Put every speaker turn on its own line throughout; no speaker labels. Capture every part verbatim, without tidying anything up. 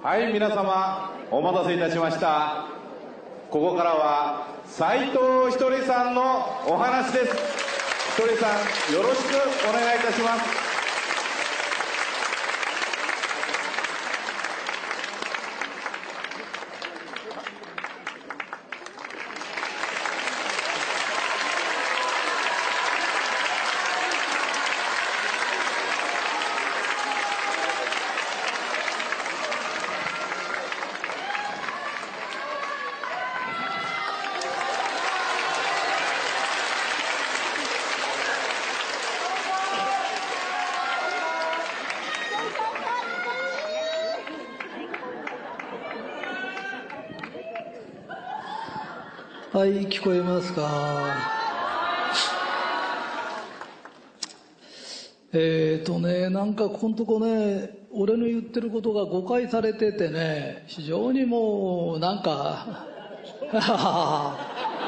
はい、皆様お待たせいたしました。ここからは斉藤ひとりさんのお話です。ひとりさん、よろしくお願いいたします。
はい、聞こえますか。えーとね、なんかここのとこね、俺の言ってることが誤解されててね、非常にもうなんかあ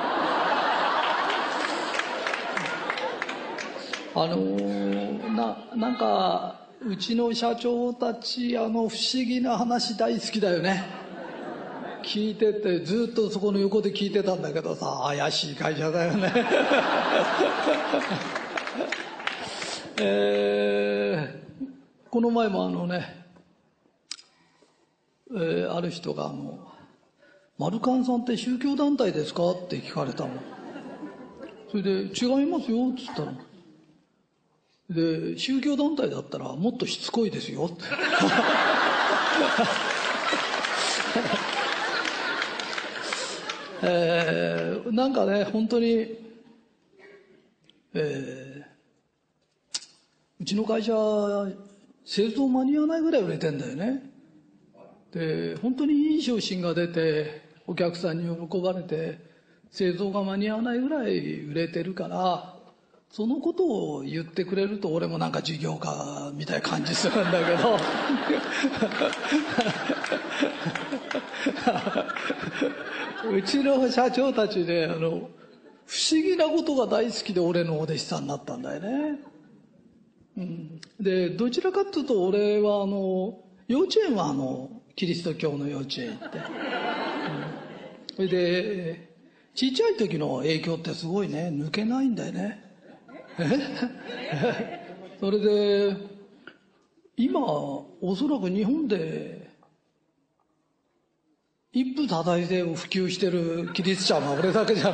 のー、ななんかうちの社長たち、あの不思議な話大好きだよね。聞いてて、ずっとそこの横で聞いてたんだけどさ、怪しい会社だよねえー、この前もあのね、えー、ある人があの「マルカンさんって宗教団体ですか?」って聞かれたの。それで「違いますよ」っつったの。で「宗教団体だったらもっとしつこいですよ」ってえー、なんかね、本当に、えー、うちの会社製造間に合わないぐらい売れてんだよね。で本当にいい商品が出てお客さんに喜ばれて製造が間に合わないぐらい売れてるから、そのことを言ってくれると俺もなんか事業家みたいな感じするんだけどうちの社長たちね、あの不思議なことが大好きで俺のお弟子さんになったんだよね。うん、でどちらかというと俺はあの幼稚園はあのキリスト教の幼稚園行って、うん、それでちっちゃい時の影響ってすごいね、抜けないんだよねそれで今おそらく日本で一夫多妻制を普及してるキリスチャンは俺だけじゃん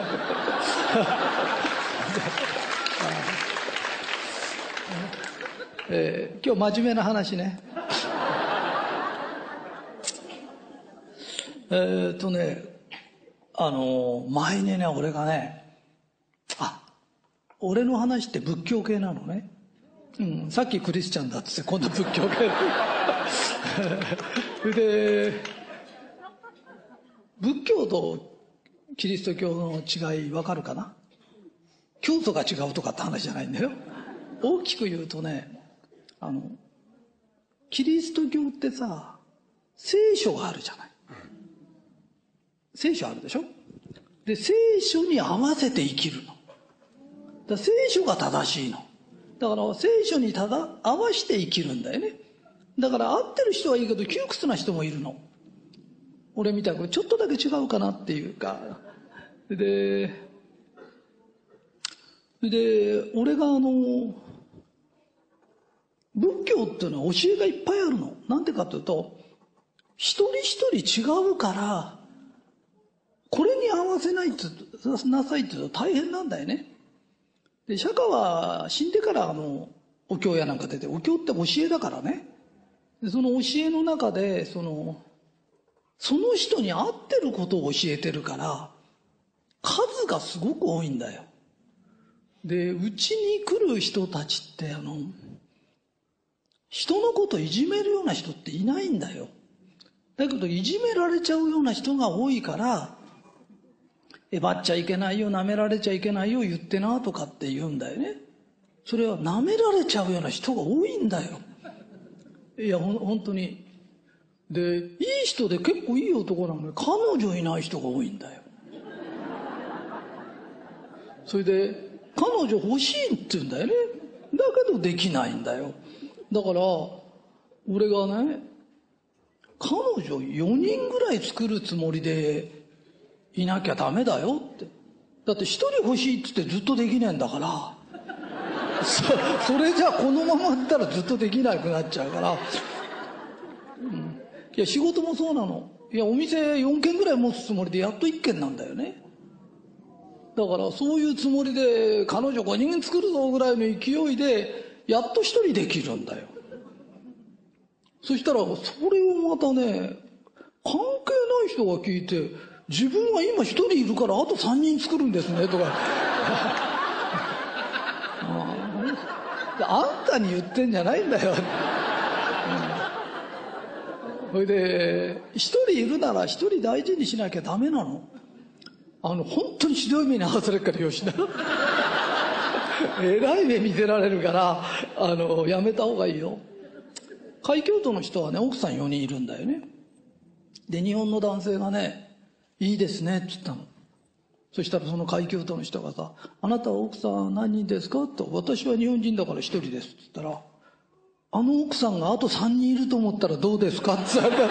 えー、今日真面目な話ねえっとねあの前にね、俺がね、あ俺の話って仏教系なのね、うん、さっきクリスチャンだっつって今度仏教系で仏教とキリスト教の違い分かるかな。教祖が違うとかって話じゃないんだよ。大きく言うとね、あのキリスト教ってさ、聖書があるじゃない。聖書あるでしょ。で聖書に合わせて生きるの。だから聖書が正しいの。だから聖書にただ合わせて生きるんだよね。だから合ってる人はいいけど窮屈な人もいるの。俺みたいにちょっとだけ違うかなっていうか。でで俺があの仏教っていうのは教えがいっぱいあるの。なんでかというと、一人一人違うからこれに合わせないってなさいって言うと大変なんだよね。で釈迦は死んでからあのお経やなんか出て、お経って教えだからね。でその教えの中でそのその人に合ってることを教えてるから数がすごく多いんだよ。でうちに来る人たちってあの人のこといじめるような人っていないんだよ。だけどいじめられちゃうような人が多いから、えばっちゃいけないよ、舐められちゃいけないよ言ってなとかって言うんだよね。それは舐められちゃうような人が多いんだよ。いやほん本当に。でいい人で結構いい男なのに彼女いない人が多いんだよ。それで彼女欲しいって言うんだよね。だけどできないんだよ。だから俺がね、 彼女よにんぐらい作るつもりでいなきゃダメだよって。だってひとり欲しいっつってずっとできねえんだからそ, それじゃこのままだったらずっとできなくなっちゃうから、うん、いや仕事もそうなの。いやお店よんけんぐらい持つつもりでやっといっけんなんだよね。だからそういうつもりで彼女ごにん作るぞぐらいの勢いでやっとひとりできるんだよ。そしたらそれをまたね、関係ない人が聞いて、自分は今ひとりいるからあとさんにん作るんですねとかあんたに言ってんじゃないんだよそれでひとりいるならひとり大事にしなきゃダメなの。あの本当にひどい目に遭わされるからよしなえらい目見せられるからあのやめた方がいいよ。海峡都の人はね、奥さんよにんいるんだよね。で日本の男性がね、いいですねって言ったの。そしたらその海峡都の人がさ、あなたは奥さん何人ですかと。私は日本人だからひとりですって言ったら、あの奥さんがあとさんにんいると思ったらどうですかって言ったら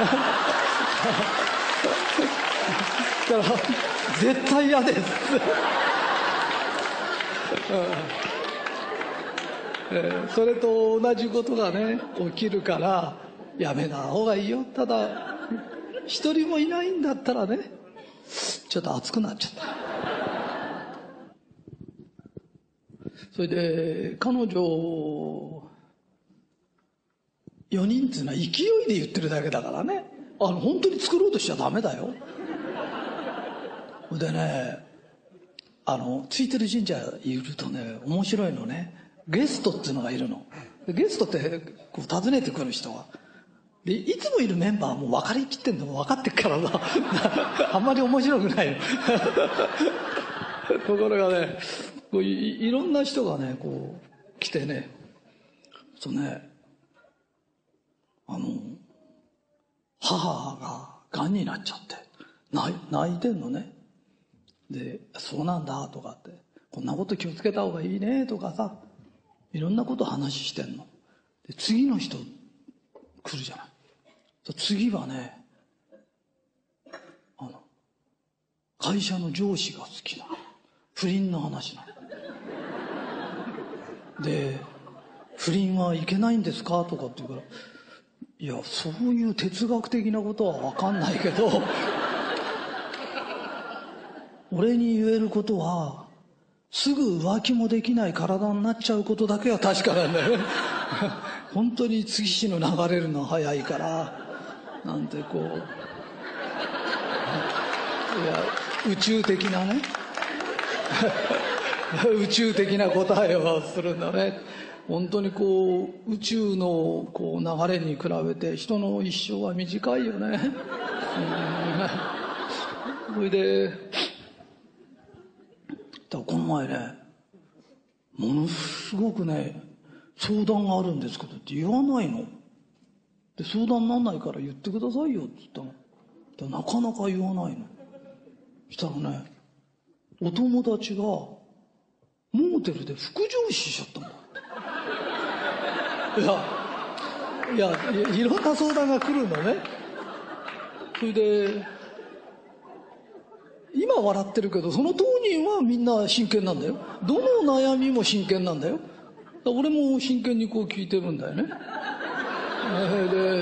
絶対嫌ですえー、それと同じことがね起きるからやめた方がいいよ。ただ一人もいないんだったらね、ちょっと熱くなっちゃった。それで彼女よにんっていうのは勢いで言ってるだけだからね、あの本当に作ろうとしちゃダメだよ。でね、あのついてる神社いるとね面白いのね、ゲストっていうのがいるの。ゲストってこう訪ねてくる人がで、いつもいるメンバーはもう分かりきってんのも分かってっからさあんまり面白くないよところがね、こう い, いろんな人がねこう来てね、そうね、あの母ががんになっちゃって泣 い, 泣いてんのね。でそうなんだとかって、こんなこと気をつけた方がいいねとかさ、いろんなこと話してんの。で次の人来るじゃない。次はね、あの会社の上司が好きなの。不倫の話なの。で不倫はいけないんですかとかって言うから、いやそういう哲学的なことは分かんないけど俺に言えることはすぐ浮気もできない体になっちゃうことだけは確かなんだよね本当に月日の流れるのは早いからなんてこう、いや宇宙的なね宇宙的な答えをするんだね。本当にこう宇宙のこう流れに比べて人の一生は短いよねそれでだこの前ね、ものすごくね相談があるんですけどって言わないので、相談にならないから言ってくださいよって言ったの。なかなか言わないの。したらね、お友達がモーテルで副上司しちゃったの。いやいや い, いろんな相談が来るのね。それで今笑ってるけどその当人はみんな真剣なんだよ。どの悩みも真剣なんだよ。俺も真剣にこう聞いてるんだよね。で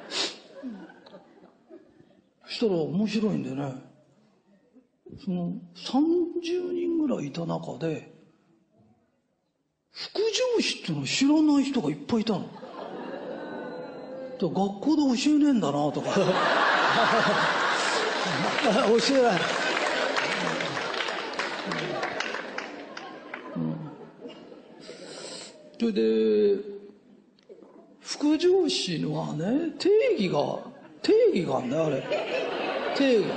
そしたら面白いんでね、そのさんじゅうにんぐらいいた中で副上司っていうのを知らない人がいっぱいいたの。学校で教えねえんだなとか教えない、うん、それで副上司のはね定義が定義があるんだよ。あれ定義、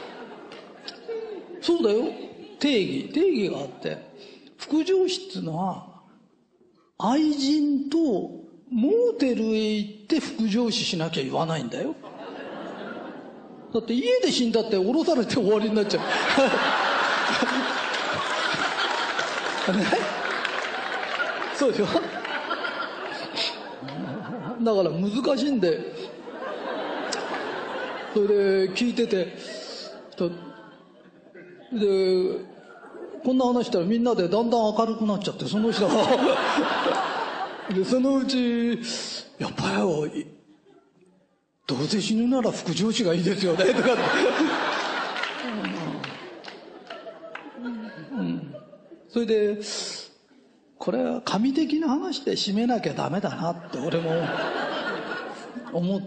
そうだよ、定義定義があって、副上司っていうのは愛人とモーテルへ行って副上司しなきゃ言わないんだよ。だって家で死んだって降ろされて終わりになっちゃうね、そうでしょ。だから難しいんで、 それで聞いてて、とでこんな話したらみんなでだんだん明るくなっちゃって、その人がでそのうちやっぱりどうせ死ぬなら副上司がいいですよねとかって、うんうん、それでこれは神的な話で締めなきゃダメだなって俺も思って、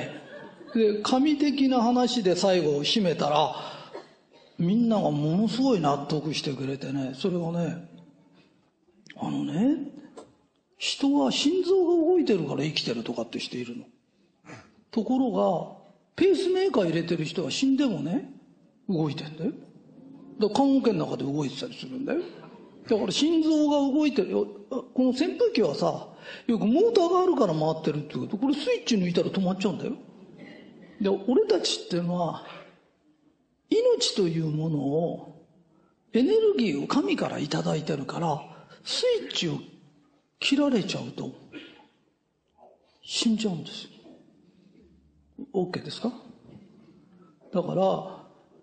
で神的な話で最後締めたらみんながものすごい納得してくれてね、それがね、あのね、人は心臓が動いてるから生きてるとかって人いるの。ところがペースメーカー入れてる人は死んでもね動いてんだよ。だから看護圏の中で動いてたりするんだよ。だから心臓が動いてるよ。この扇風機はさ、よくモーターがあるから回ってるっていうと、これスイッチ抜いたら止まっちゃうんだよ。で俺たちっていうのは命というものを、エネルギーを神からいただいてるから、スイッチを切られちゃうと死んじゃうんですよ。 OK ですか？だから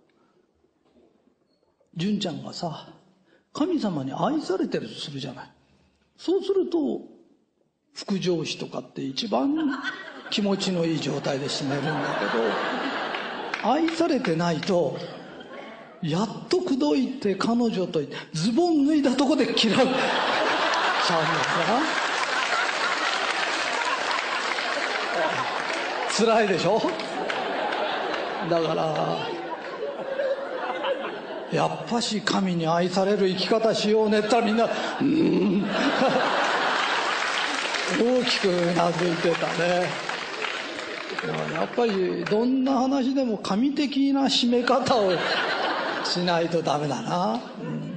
純ちゃんがさ、神様に愛されてるとするじゃない。そうすると副上司とかって一番気持ちのいい状態で死ねるんだけど、愛されてないとやっと口説いて彼女とズボン脱いだとこで嫌うちゃうんだから辛いでしょ。だからやっぱし神に愛される生き方しようねって言ったらみんなうーん大きくうなずいてたね。やっぱりどんな話でも神的な締め方をしないとダメだな、うん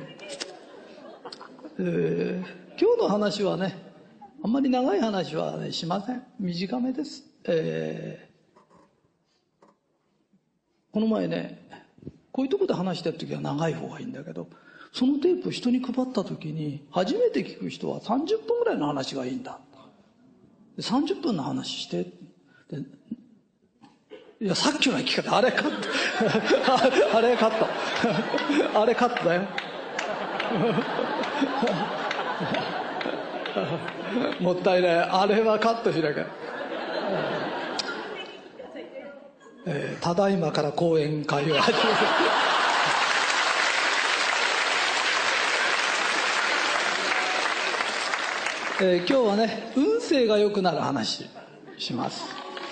えー、今日の話はね、あんまり長い話は、ね、しません。短めです、えー、この前ね、こういうとこで話してる時は長い方がいいんだけど、そのテープを人に配った時に初めて聞く人はさんじゅっぷんぐらいの話がいいんだ。さんじゅっぷんの話してで、いやさっきの聞き方あれカットあれカットあれカットだよもったいない、あれはカットしなきゃ、えー、ただいまから講演会を始めるえー、今日はね、運勢が良くなる話します、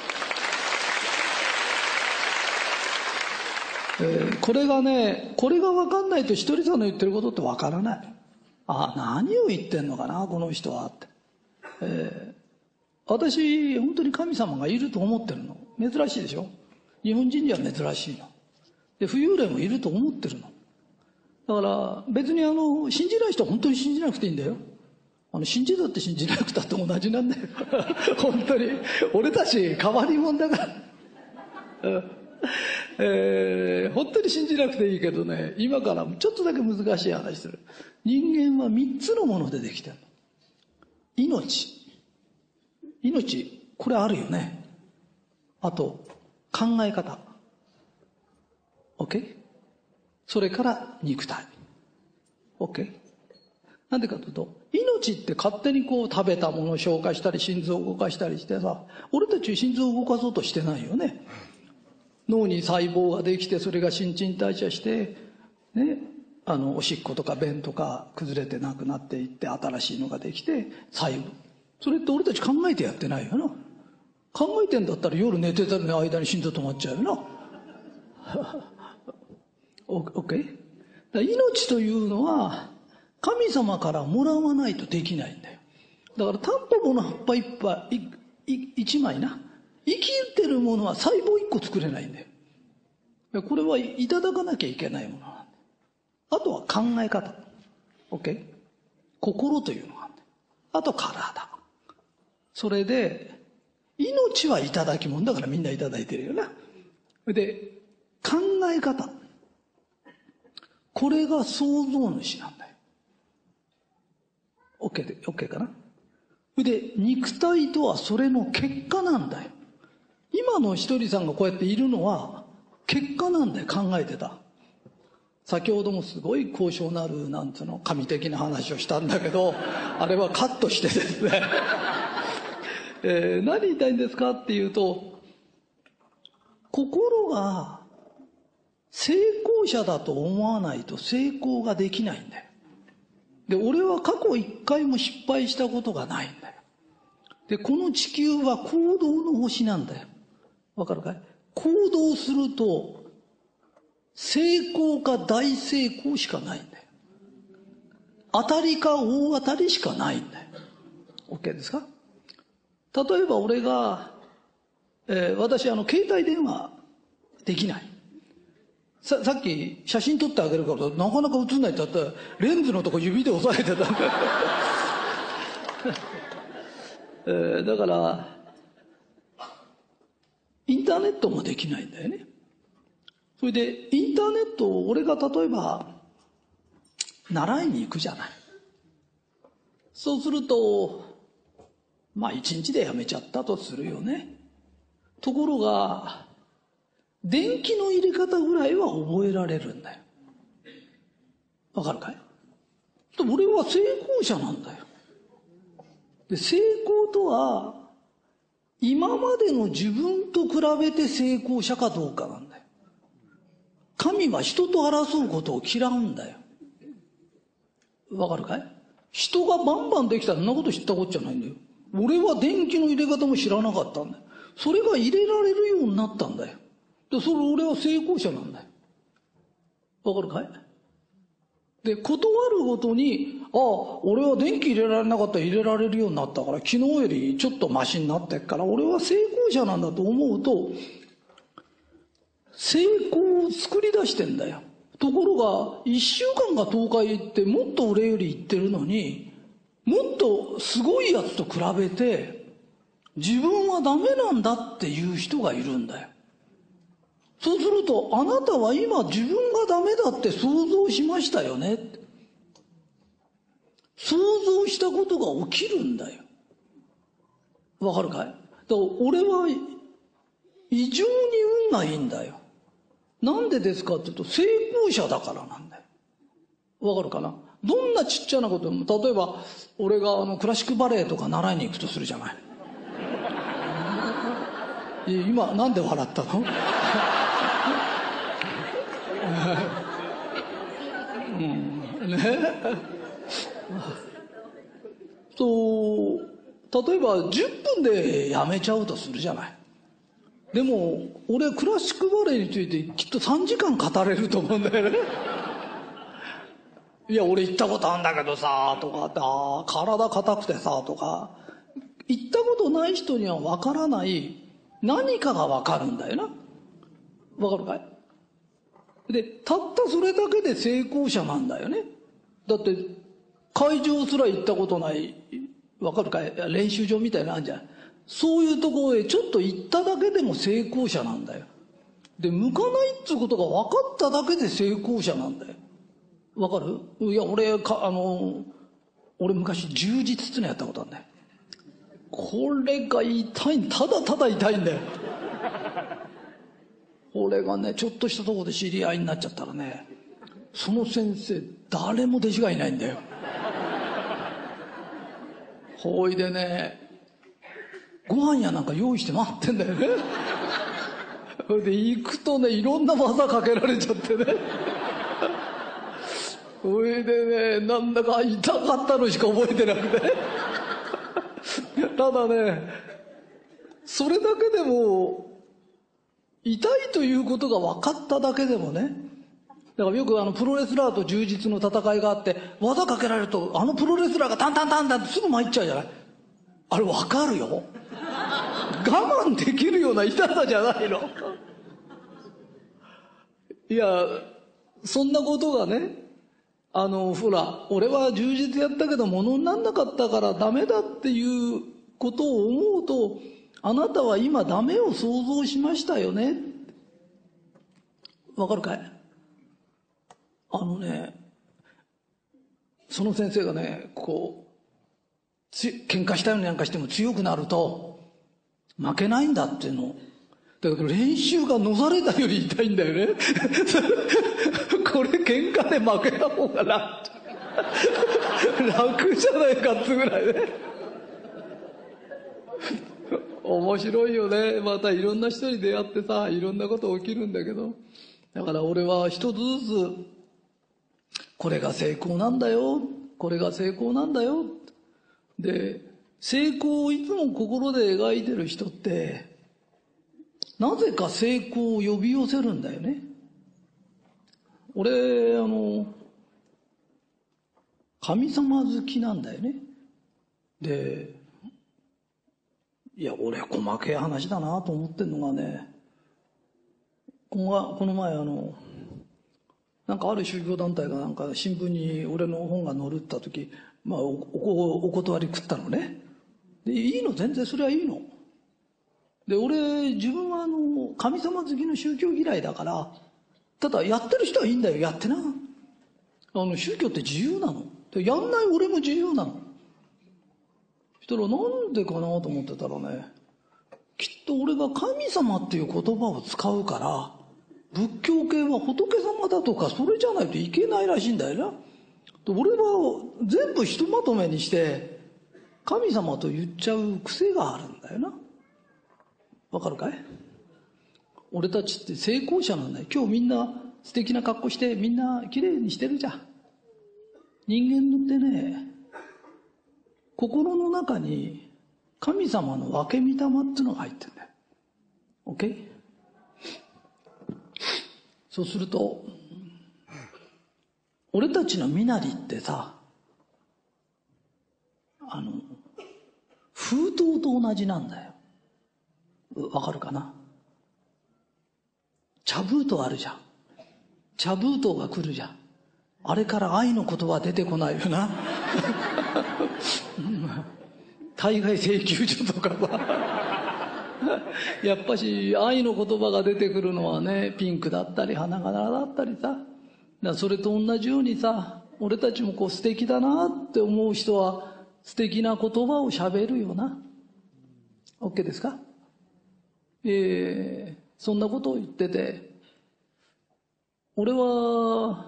えー、これがね、これが分かんないとひとりさんの言ってることって分からない。あ、何を言ってんのかなこの人はって、えー、私本当に神様がいると思ってるの。珍しいでしょ。日本人には珍しいので、浮遊霊もいると思ってるの。だから別にあの信じない人は本当に信じなくていいんだよ。あの信じたって信じなくたって同じなんだよ本当に俺たち変わり者だからえー、本当に信じなくていいけどね、今からちょっとだけ難しい話する。人間はみっつのものでできてるの。命命これあるよね。あと考え方 OK、 それから肉体 OK。 なんでかというと、命って勝手にこう食べたものを消化したり心臓を動かしたりしてさ、俺たち心臓を動かそうとしてないよね。脳に細胞ができて、それが新陳代謝してね、あのおしっことか便とか崩れてなくなっていって、新しいのができて細胞、それって俺たち考えてやってないよな。考えてんだったら夜寝てたの間に心臓止まっちゃうよなOK。 命というのは神様からもらわないとできないんだよ。だからタンポポの葉っぱ一杯一枚な、生きてるものは細胞一個作れないんだよ。これはいただかなきゃいけないものなんだ。あとは考え方 OK、 心というのがあるんだよ。あと体、それで命はいただきもんだからみんないただいてるよな。で考え方、これが創造主なんだよ。 OK で OK かな。で肉体とはそれの結果なんだよ。今今のひとりさんがこうやっているのは結果なんだよ、考えてた。先ほどもすごい高尚なるなんていうの神的な話をしたんだけど、あれはカットしてですね、えー、何言いたいんですかっていうと、心が成功者だと思わないと成功ができないんだよ。で、俺は過去一回も失敗したことがないんだよ。で、この地球は行動の星なんだよ。わかるかい？行動すると成功か大成功しかないんだよ。当たりか大当たりしかないんだよ。 OK ですか？例えば俺が、えー、私あの携帯電話できない。さ, さっき写真撮ってあげるからなかなか映んないって言ったらレンズのとこ指で押さえてたんだ、えー、だからインターネットもできないんだよね。それでインターネットを俺が例えば習いに行くじゃない。そうするとまあ一日でやめちゃったとするよね。ところが電気の入れ方ぐらいは覚えられるんだよ。わかるかい？俺は成功者なんだよ。で、成功とは今までの自分と比べて成功者かどうかなんだよ。神は人と争うことを嫌うんだよ。わかるかい？人がバンバンできたらそんなこと知ったこっちゃないんだよ。俺は電気の入れ方も知らなかったんだよ。それが入れられるようになったんだよ。で、それ俺は成功者なんだよ。わかるかい？で、断るごとに、ああ、俺は電気入れられなかったら入れられるようになったから、昨日よりちょっとマシになってっから、俺は成功者なんだと思うと、成功を作り出してんだよ。ところが、一週間かとおか行って、もっと俺より行ってるのに、もっとすごいやつと比べて、自分はダメなんだっていう人がいるんだよ。そうすると、あなたは今自分がダメだって想像しましたよね。想像したことが起きるんだよ。わかるかい？だから俺は異常に運がいいんだよ。なんでですかって言うと、成功者だからなんだよ。わかるかな？どんなちっちゃなことでも、例えば俺があのクラシックバレエとか習いに行くとするじゃない。今なんで笑ったの？うんね、そう例えばじゅっぷんでやめちゃうとするじゃない。でも俺クラシックバレエについてきっとさんじかん語れると思うんだよね。いや俺行ったことあるんだけどさとか、あ体硬くてさとか、行ったことない人には分からない何かが分かるんだよな。分かるかい？で、たったそれだけで成功者なんだよね。だって会場すら行ったことない、分かるかい？練習場みたいなのあるじゃん。そういうところへちょっと行っただけでも成功者なんだよ。で、向かないっていうことが分かっただけで成功者なんだよ。分かる？いや俺かあの俺昔柔術ってのやったことあるんだよ。これが痛い、ただただ痛いんだよ。俺がねちょっとしたところで知り合いになっちゃったらね、その先生誰も弟子がいないんだよ。ほいでねご飯やなんか用意して待ってんだよね。ほいで行くとねいろんな技かけられちゃってね。ほいでねなんだか痛かったのしか覚えてなくて。ただねそれだけでも痛いということが分かっただけでもね、だからよくあのプロレスラーと柔術の戦いがあって技かけられるとあのプロレスラーがタンタンタンタンってすぐ参っちゃうじゃない。あれ分かるよ。我慢できるような痛さじゃないの。いやそんなことがね、あのほら俺は柔術やったけど物になんなかったからダメだっていうことを思うと、あなたは今ダメを想像しましたよね。わかるかい？あのねその先生がねこうつ喧嘩したようになんかしても強くなると負けないんだっていうの。 だけど練習がのされたより痛いんだよね。これ喧嘩で負けた方が楽楽じゃないかってぐらいね。面白いよね。またいろんな人に出会ってさ、いろんなこと起きるんだけど、だから俺は一つずつこれが成功なんだよ、これが成功なんだよ。で、成功をいつも心で描いてる人ってなぜか成功を呼び寄せるんだよね。俺、あの、神様好きなんだよね。で、いや、俺、細けい話だなと思ってんのがね、このこの前、あの、なんかある宗教団体がなんか新聞に俺の本が載るった時、まあお、お、お断り食ったのね。で、いいの、全然それはいいの。で、俺、自分はあの、神様好きの宗教嫌いだから、ただやってる人はいいんだよ、やってな。あの、宗教って自由なの。で、やんない俺も自由なの。そしたらなんでかなと思ってたらね、きっと俺が神様っていう言葉を使うから、仏教系は仏様だとかそれじゃないといけないらしいんだよな。で、俺は全部ひとまとめにして神様と言っちゃう癖があるんだよな。わかるかい？俺たちって成功者なんだよ。今日みんな素敵な格好してみんな綺麗にしてるじゃん。人間ってね、心の中に神様の分け御霊っていうのが入ってるんだよ。 OK？ そうすると俺たちの身なりってさ、あの封筒と同じなんだよ。わかるかな？茶封筒あるじゃん。茶封筒が来るじゃん。あれから愛の言葉出てこないよな。対外請求書とかはやっぱし愛の言葉が出てくるのはね、ピンクだったり花柄だったりさ、だからそれと同じようにさ、俺たちもこう素敵だなって思う人は素敵な言葉を喋るよな。 OK ですか？えー、そんなことを言ってて、俺は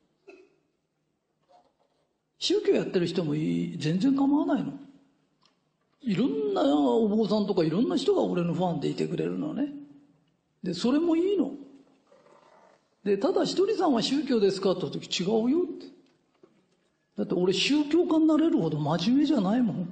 宗教やってる人もいい、全然構わないの。いろんなお坊さんとかいろんな人が俺のファンでいてくれるのね。で、それもいいの。で、ただひとりさんは宗教ですかって言った時、違うよって。だって俺宗教家になれるほど真面目じゃないもん。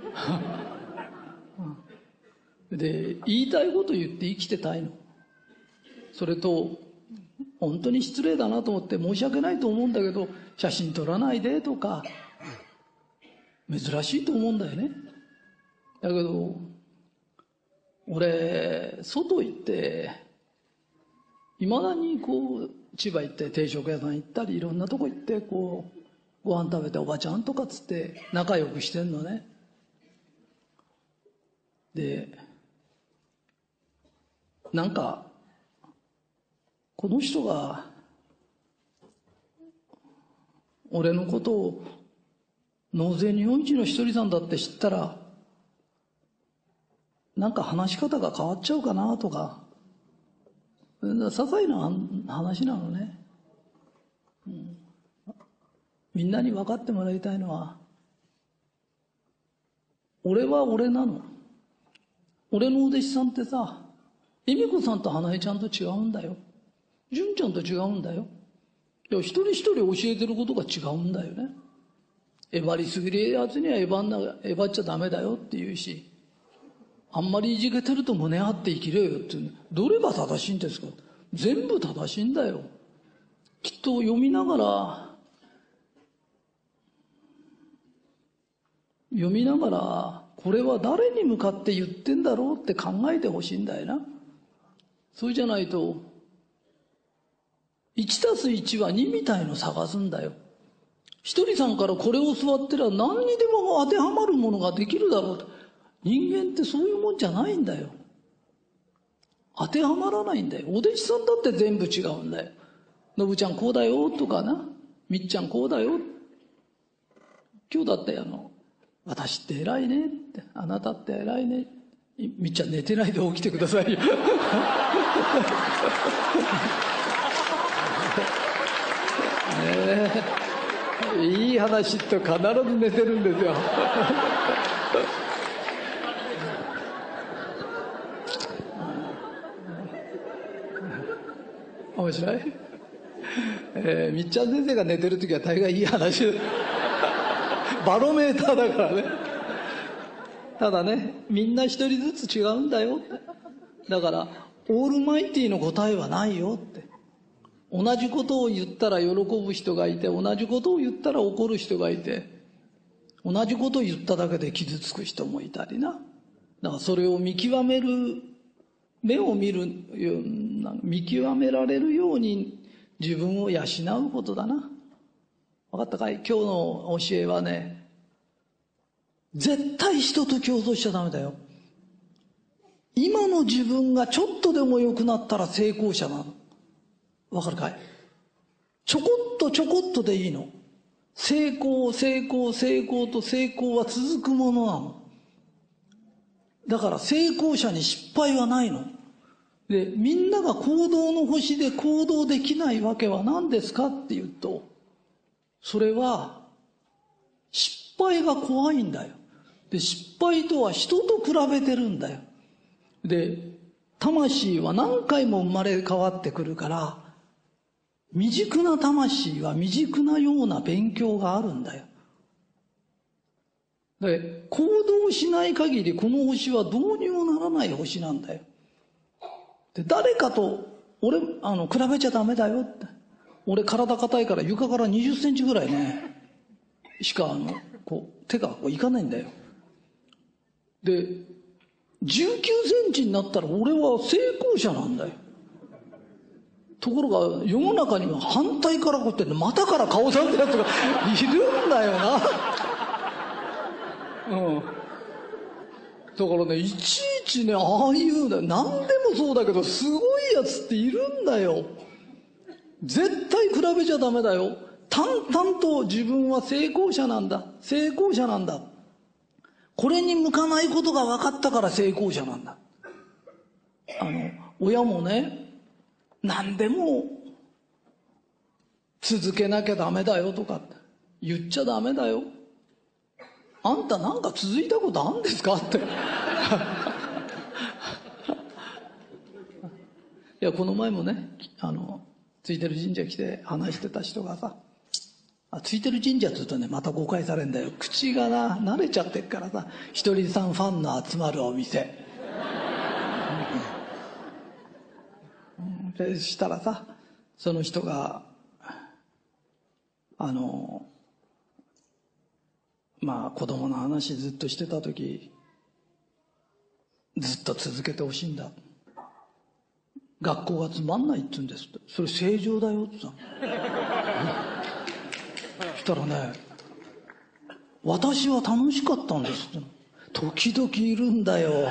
で、言いたいこと言って生きてたいの。それと、本当に失礼だなと思って申し訳ないと思うんだけど、写真撮らないでとか、珍しいと思うんだよね。だけど、俺、外行って、いまだにこう、千葉行って定食屋さん行ったり、いろんなとこ行って、こう、ご飯食べておばちゃんとかっつって仲良くしてんのね。で、なんか、この人が、俺のことを、納税日本一のひとりさんだって知ったら、なんか話し方が変わっちゃうかなとか、些細な話なのね、うん。みんなに分かってもらいたいのは、俺は俺なの。俺のお弟子さんってさ、恵美子さんと花江ちゃんと違うんだよ。純ちゃんと違うんだよ。いや、一人一人教えてることが違うんだよね。えばりすぎるやつにはえばんな、えばっちゃダメだよって言うし、あんまりいじけてると胸張って生きれよっていう。どれが正しいんですか？全部正しいんだよ。きっと読みながら、読みながら、これは誰に向かって言ってんだろうって考えてほしいんだよな。そうじゃないと、いちたすいちはにみたいの探すんだよ。ひとりさんからこれを教わってりゃ何にでも当てはまるものができるだろうと。人間ってそういうもんじゃないんだよ。当てはまらないんだよ。お弟子さんだって全部違うんだよ。のぶちゃんこうだよとかな、みっちゃんこうだよ。今日だってあの、私って偉いねって、あなたって偉いね。 みっちゃん寝てないで起きてくださいよ。ねえ、いい話と必ず寝てるんですよ。面白い、えー、みっちゃん先生が寝てる時は大概いい話バロメーターだからね。ただね、みんな一人ずつ違うんだよって。だからオールマイティの答えはないよって。同じことを言ったら喜ぶ人がいて、同じことを言ったら怒る人がいて、同じことを言っただけで傷つく人もいたりな。だからそれを見極める、目を見る、見極められるように自分を養うことだな。分かったかい？今日の教えはね、絶対人と競争しちゃダメだよ。今の自分がちょっとでも良くなったら成功者なの。わかるかい？ちょこっとちょこっとでいいの。成功、成功、成功と成功は続くものなの。だから成功者に失敗はないの。で、みんなが行動の星で行動できないわけは何ですかっていうと、それは失敗が怖いんだよ。で、失敗とは人と比べてるんだよ。で、魂は何回も生まれ変わってくるから、未熟な魂は未熟なような勉強があるんだよ。で、行動しない限りこの星はどうにもならない星なんだよ。で、誰かと俺あの比べちゃダメだよって。俺体硬いから床からにじゅっセンチぐらいねしかあのこう手がこういかないんだよ。で、じゅうきゅうセンチになったら俺は成功者なんだよ。ところが世の中には反対からこうやって股から顔さんってやつがいるんだよな。うん。だからね、いちいちね、ああいうの何でもそうだけどすごいやつっているんだよ。絶対比べちゃダメだよ。淡々と自分は成功者なんだ、成功者なんだ、これに向かないことが分かったから成功者なんだ。あの親もね、何でも続けなきゃダメだよとか言っちゃダメだよ。あんたなんか続いたことあるんですかっていや、この前もね、あのついてる神社来て話してた人がさ、あ、ついてる神社って言うとねまた誤解されるんだよ。口がな慣れちゃってっからさ、ひとりさんファンの集まるお店でしたらさ、その人があのまあ子供の話ずっとしてた時、ずっと続けてほしいんだ、学校がつまんないって言うんですって。それ正常だよって言ったのそしたらね、私は楽しかったんですって。時々いるんだよ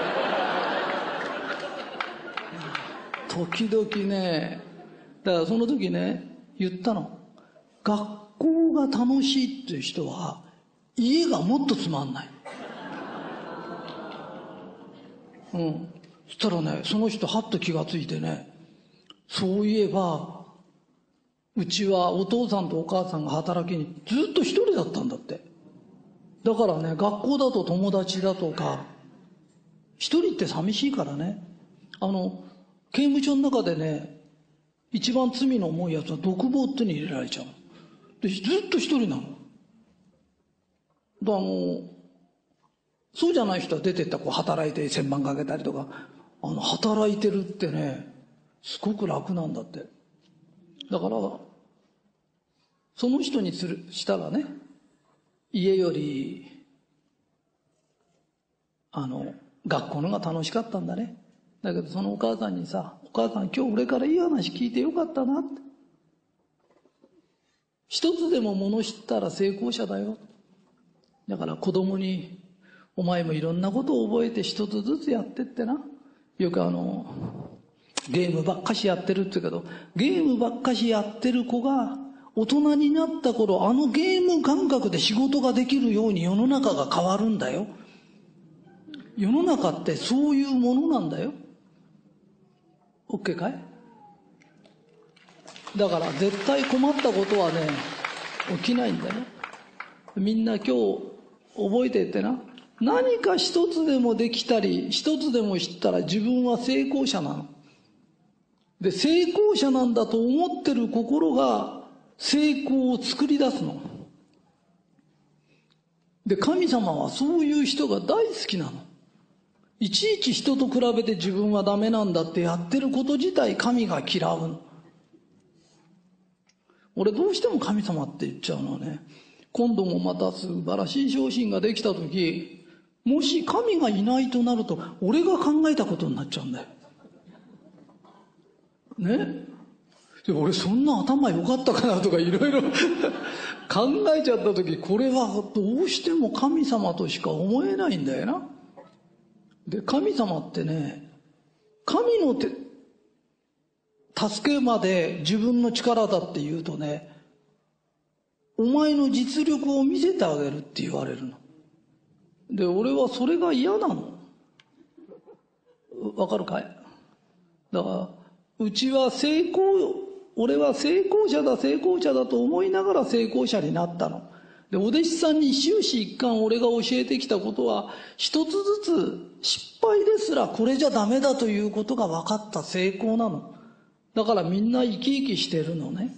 時々ね。だからその時ね言ったの、学校が楽しいっていう人は家がもっとつまんない。うん。そしたらね、その人はっと気がついてね、そういえばうちはお父さんとお母さんが働きにずっと一人だったんだって。だからね、学校だと友達だとか、一人って寂しいからね、あの刑務所の中でね、一番罪の重いやつは独房ってに入れられちゃうで、ずっと一人なの。あのそうじゃない人は出てったこう働いて千万かけたりとか、あの働いてるってねすごく楽なんだって。だからその人にするしたらね、家よりあの学校のが楽しかったんだね。だけどそのお母さんにさ、お母さん今日俺からいい話聞いてよかったなって、一つでも物知ったら成功者だよ。だから子供に、お前もいろんなことを覚えて一つずつやってってな。よくあのゲームばっかしやってるって言うけど、ゲームばっかしやってる子が大人になった頃、あのゲーム感覚で仕事ができるように世の中が変わるんだよ。 世の中ってそういうものなんだよ。 OK かい？だから絶対困ったことはね起きないんだよ。みんな今日覚えてってな、何か一つでもできたり一つでも知ったら自分は成功者なので、成功者なんだと思ってる心が成功を作り出すので、神様はそういう人が大好きなの。いちいち人と比べて自分はダメなんだってやってること自体神が嫌うの。俺どうしても神様って言っちゃうのはね、今度もまた素晴らしい昇進ができた時、もし神がいないとなると俺が考えたことになっちゃうんだよね。で俺そんな頭良かったかなとかいろいろ考えちゃった時、これはどうしても神様としか思えないんだよな。で神様ってね、神の手助けまで自分の力だって言うとね、お前の実力を見せてあげるって言われるので、俺はそれが嫌なの。わかるかい？だからうちは成功、俺は成功者だ成功者だと思いながら成功者になったので、お弟子さんに終始一貫俺が教えてきたことは、一つずつ失敗ですらこれじゃダメだということが分かった成功なの。だからみんな生き生きしてるのね。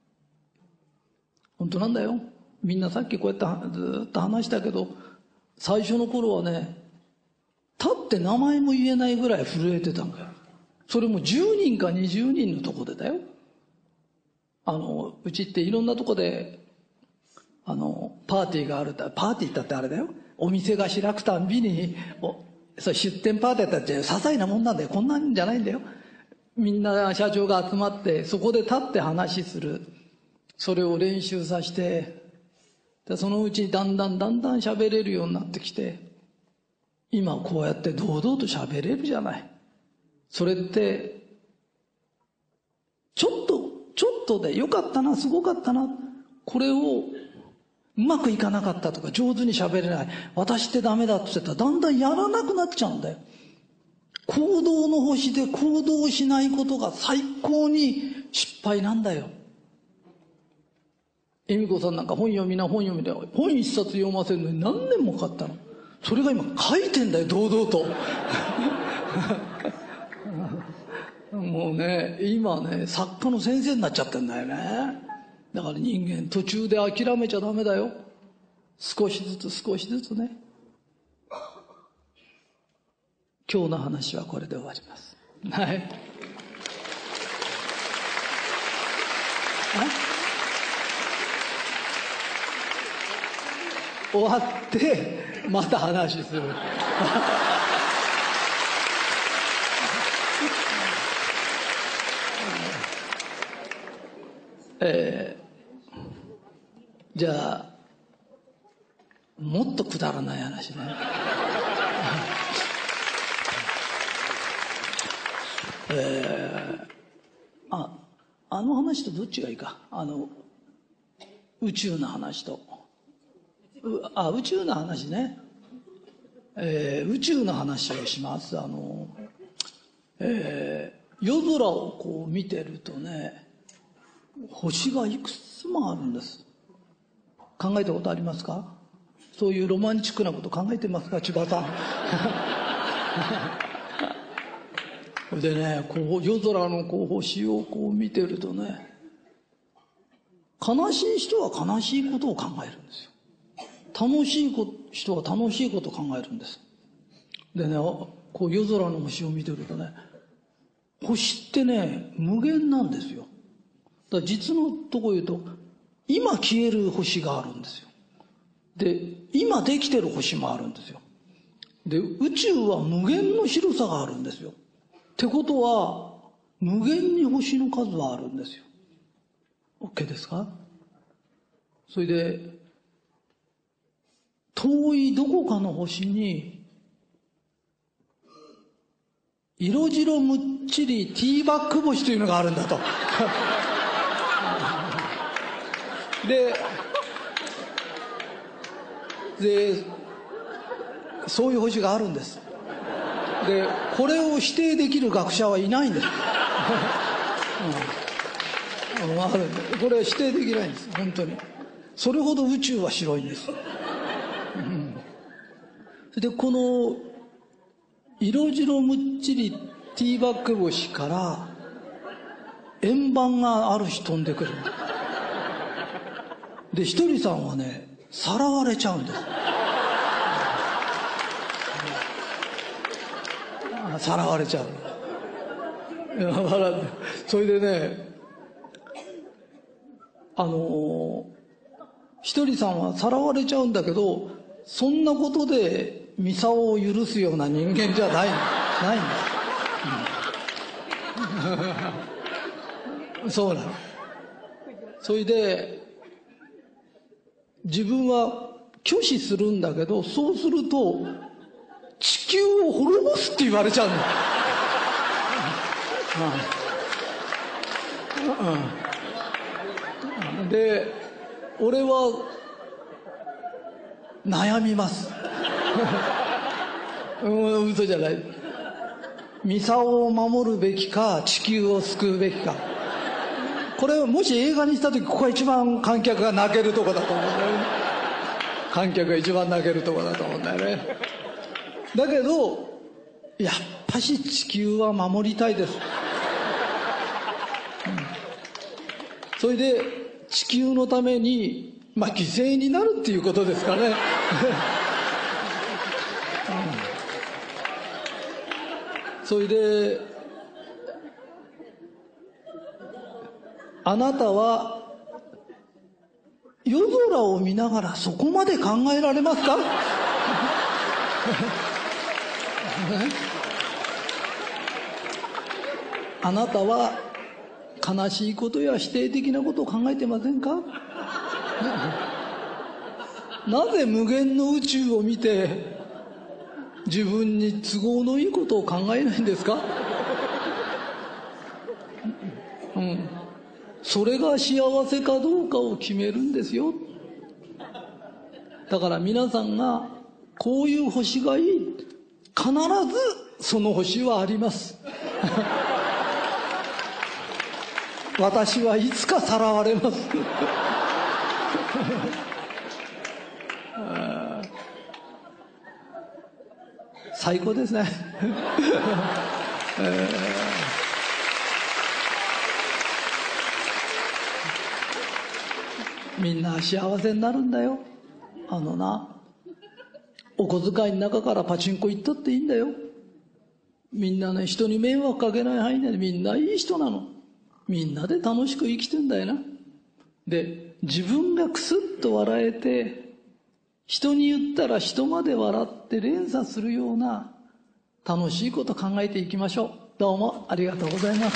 本当なんだよ。みんなさっきこうやってずっと話したけど、最初の頃はね、立って名前も言えないぐらい震えてたんだよ。それもじゅうにんかにじゅうにんのとこでだよ。あのうちっていろんなとこであのパーティーがある。パーティーだってあれだよ、お店が開くたんびにおそ出店パーティーだって些細なもんなんだよ。こんなんじゃないんだよ。みんな社長が集まってそこで立って話する。それを練習させて、でそのうちにだんだんだんだん喋れるようになってきて、今こうやって堂々と喋れるじゃない。それってちょっとちょっとでよかったな、すごかったな、これをうまくいかなかったとか上手に喋れない、私ってダメだって言ってたらだんだんやらなくなっちゃうんだよ。行動の星で行動しないことが最高に失敗なんだよ。恵美子さんなんか本読みな本読みな本一冊読ませるのに何年もかかったの。それが今書いてんだよ、堂々ともうね、今ね作家の先生になっちゃってんだよね。だから人間途中で諦めちゃダメだよ。少しずつ少しずつね。今日の話はこれで終わります。はい。終わってまた話するえー、じゃあもっとくだらない話ねえー、ああの話とどっちがいいか。あの宇宙の話とあ宇宙の話ね、えー、宇宙の話をします。あの、えー、夜空をこう見てるとね、星がいくつもあるんです。考えたことありますか？そういうロマンチックなこと考えてますか、千葉さんでね、こう夜空のこう星をこう見てるとね、悲しい人は悲しいことを考えるんですよ。楽しい人は楽しいことを考えるんです。でね、こう夜空の星を見てるとね、星ってね無限なんですよ。だから実のとこ言うと今消える星があるんですよ。で今できてる星もあるんですよ。で宇宙は無限の広さがあるんですよ。ってことは無限に星の数はあるんですよ。 OK ですか？それで遠いどこかの星に色白むっちりティーバック星というのがあるんだとででそういう星があるんです。 でこれを否定できる学者はいないんです、うん、あるこれは否定できないんです本当に。それほど宇宙は白いんです、うん、でこの色白むっちりティーバック星から円盤がある日飛んでくる。でひとりさんはねさらわれちゃうんです。さらわれちゃう。それでねあのひとりさんはさらわれちゃうんだけど、そんなことでミサオを許すような人間じゃないないんです、うん、そうなの。それで自分は拒否するんだけど、そうすると地球を滅ぼすって言われちゃうの、うんうん、で俺は悩みますうん、嘘じゃない。ミサオを守るべきか地球を救うべきか、これをもし映画にした時、ここが一番観客が泣けるとこだと思うんだよね。観客が一番泣けるとこだと思うんだよね。だけどやっぱし地球は守りたいです、うん、それで地球のためにまあ犠牲になるっていうことですかね、うん、それであなたは夜空を見ながらそこまで考えられますかあなたは悲しいことや否定的なことを考えてませんかなぜ無限の宇宙を見て自分に都合のいいことを考えないんですか、うん、それが幸せかどうかを決めるんですよ。だから皆さんがこういう星がいい、必ずその星はあります私はいつかさらわれます最高ですね、えー、みんな幸せになるんだよ。あのな、お小遣いの中からパチンコ行ったっていいんだよ。みんなね、人に迷惑かけない範囲でみんないい人なの。みんなで楽しく生きてんだよな。で、自分がクスッと笑えて、人に言ったら人まで笑って連鎖するような楽しいこと考えていきましょう。どうもありがとうございます。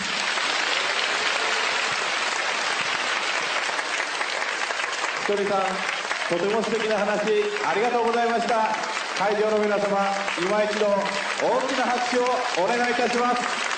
ひとりさん、とても素敵な話ありがとうございました。会場の皆様、今一度大きな拍手をお願いいたします。